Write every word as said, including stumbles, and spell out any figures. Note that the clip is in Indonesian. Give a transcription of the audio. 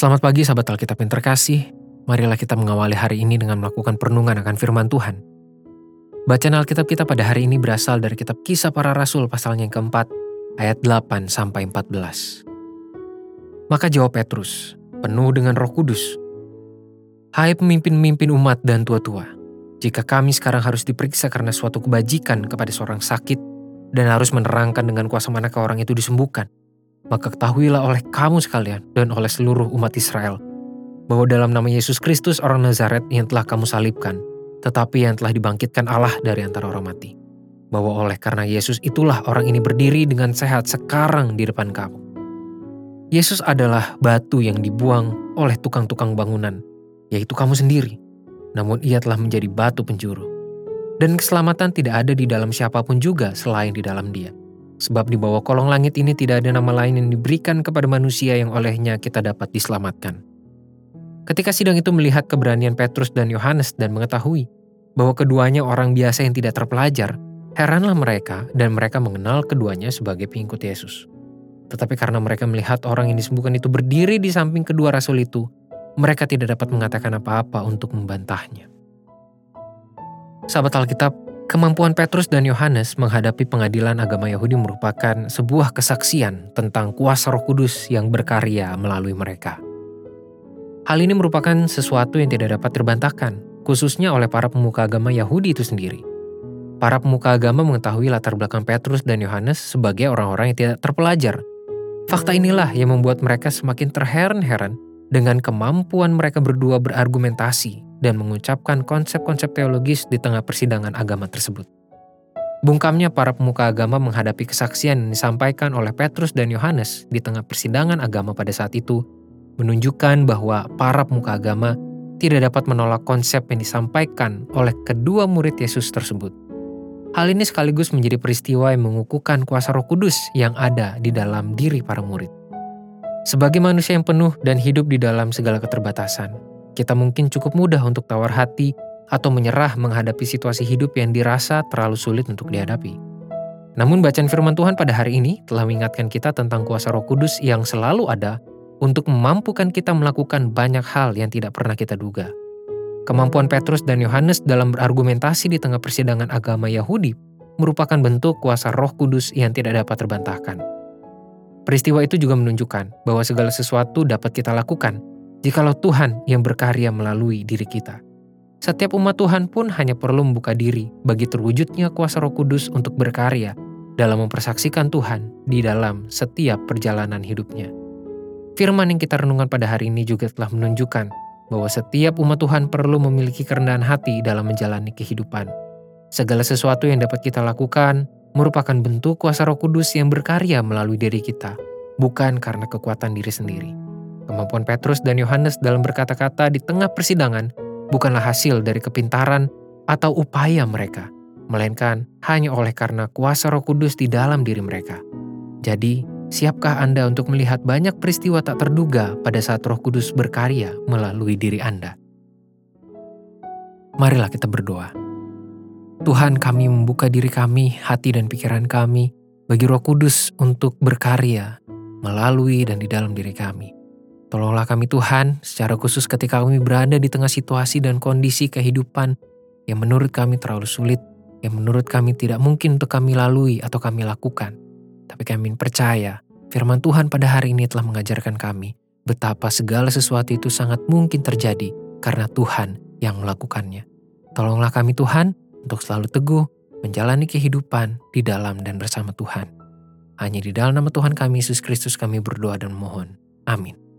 Selamat pagi sahabat Alkitab yang terkasih. Marilah kita mengawali hari ini dengan melakukan perenungan akan firman Tuhan. Bacaan Alkitab kita pada hari ini berasal dari kitab Kisah Para Rasul pasalnya yang keempat, ayat delapan sampai empat belas. Maka jawab Petrus, penuh dengan Roh Kudus, "Hai pemimpin-pemimpin umat dan tua-tua, jika kami sekarang harus diperiksa karena suatu kebajikan kepada seorang sakit dan harus menerangkan dengan kuasa manakah orang itu disembuhkan, maka ketahuilah oleh kamu sekalian dan oleh seluruh umat Israel, bahwa dalam nama Yesus Kristus orang Nazaret yang telah kamu salibkan, tetapi yang telah dibangkitkan Allah dari antara orang mati, bahwa oleh karena Yesus itulah orang ini berdiri dengan sehat sekarang di depan kamu. Yesus adalah batu yang dibuang oleh tukang-tukang bangunan, yaitu kamu sendiri, namun ia telah menjadi batu penjuru. Dan keselamatan tidak ada di dalam siapapun juga selain di dalam Dia. Sebab di bawah kolong langit ini tidak ada nama lain yang diberikan kepada manusia yang olehnya kita dapat diselamatkan." Ketika sidang itu melihat keberanian Petrus dan Yohanes dan mengetahui bahwa keduanya orang biasa yang tidak terpelajar, heranlah mereka dan mereka mengenal keduanya sebagai pengikut Yesus. Tetapi karena mereka melihat orang yang disembuhkan itu berdiri di samping kedua rasul itu, mereka tidak dapat mengatakan apa-apa untuk membantahnya. Sahabat Alkitab, kemampuan Petrus dan Yohanes menghadapi pengadilan agama Yahudi merupakan sebuah kesaksian tentang kuasa Roh Kudus yang berkarya melalui mereka. Hal ini merupakan sesuatu yang tidak dapat terbantahkan, khususnya oleh para pemuka agama Yahudi itu sendiri. Para pemuka agama mengetahui latar belakang Petrus dan Yohanes sebagai orang-orang yang tidak terpelajar. Fakta inilah yang membuat mereka semakin terheran-heran dengan kemampuan mereka berdua berargumentasi dan mengucapkan konsep-konsep teologis di tengah persidangan agama tersebut. Bungkamnya para pemuka agama menghadapi kesaksian yang disampaikan oleh Petrus dan Yohanes di tengah persidangan agama pada saat itu, menunjukkan bahwa para pemuka agama tidak dapat menolak konsep yang disampaikan oleh kedua murid Yesus tersebut. Hal ini sekaligus menjadi peristiwa yang mengukuhkan kuasa Roh Kudus yang ada di dalam diri para murid. Sebagai manusia yang penuh dan hidup di dalam segala keterbatasan, kita mungkin cukup mudah untuk tawar hati atau menyerah menghadapi situasi hidup yang dirasa terlalu sulit untuk dihadapi. Namun bacaan firman Tuhan pada hari ini telah mengingatkan kita tentang kuasa Roh Kudus yang selalu ada untuk memampukan kita melakukan banyak hal yang tidak pernah kita duga. Kemampuan Petrus dan Yohanes dalam berargumentasi di tengah persidangan agama Yahudi merupakan bentuk kuasa Roh Kudus yang tidak dapat terbantahkan. Peristiwa itu juga menunjukkan bahwa segala sesuatu dapat kita lakukan jikalau Tuhan yang berkarya melalui diri kita. Setiap umat Tuhan pun hanya perlu membuka diri bagi terwujudnya kuasa Roh Kudus untuk berkarya dalam mempersaksikan Tuhan di dalam setiap perjalanan hidupnya. Firman yang kita renungkan pada hari ini juga telah menunjukkan bahwa setiap umat Tuhan perlu memiliki kerendahan hati dalam menjalani kehidupan. Segala sesuatu yang dapat kita lakukan merupakan bentuk kuasa Roh Kudus yang berkarya melalui diri kita, bukan karena kekuatan diri sendiri. Kemampuan Petrus dan Yohanes dalam berkata-kata di tengah persidangan bukanlah hasil dari kepintaran atau upaya mereka, melainkan hanya oleh karena kuasa Roh Kudus di dalam diri mereka. Jadi, siapkah Anda untuk melihat banyak peristiwa tak terduga pada saat Roh Kudus berkarya melalui diri Anda? Marilah kita berdoa. Tuhan, kami membuka diri kami, hati dan pikiran kami bagi Roh Kudus untuk berkarya melalui dan di dalam diri kami. Tolonglah kami Tuhan, secara khusus ketika kami berada di tengah situasi dan kondisi kehidupan yang menurut kami terlalu sulit, yang menurut kami tidak mungkin untuk kami lalui atau kami lakukan. Tapi kami percaya, firman Tuhan pada hari ini telah mengajarkan kami betapa segala sesuatu itu sangat mungkin terjadi karena Tuhan yang melakukannya. Tolonglah kami Tuhan untuk selalu teguh menjalani kehidupan di dalam dan bersama Tuhan. Hanya di dalam nama Tuhan kami Yesus Kristus kami berdoa dan memohon. Amin.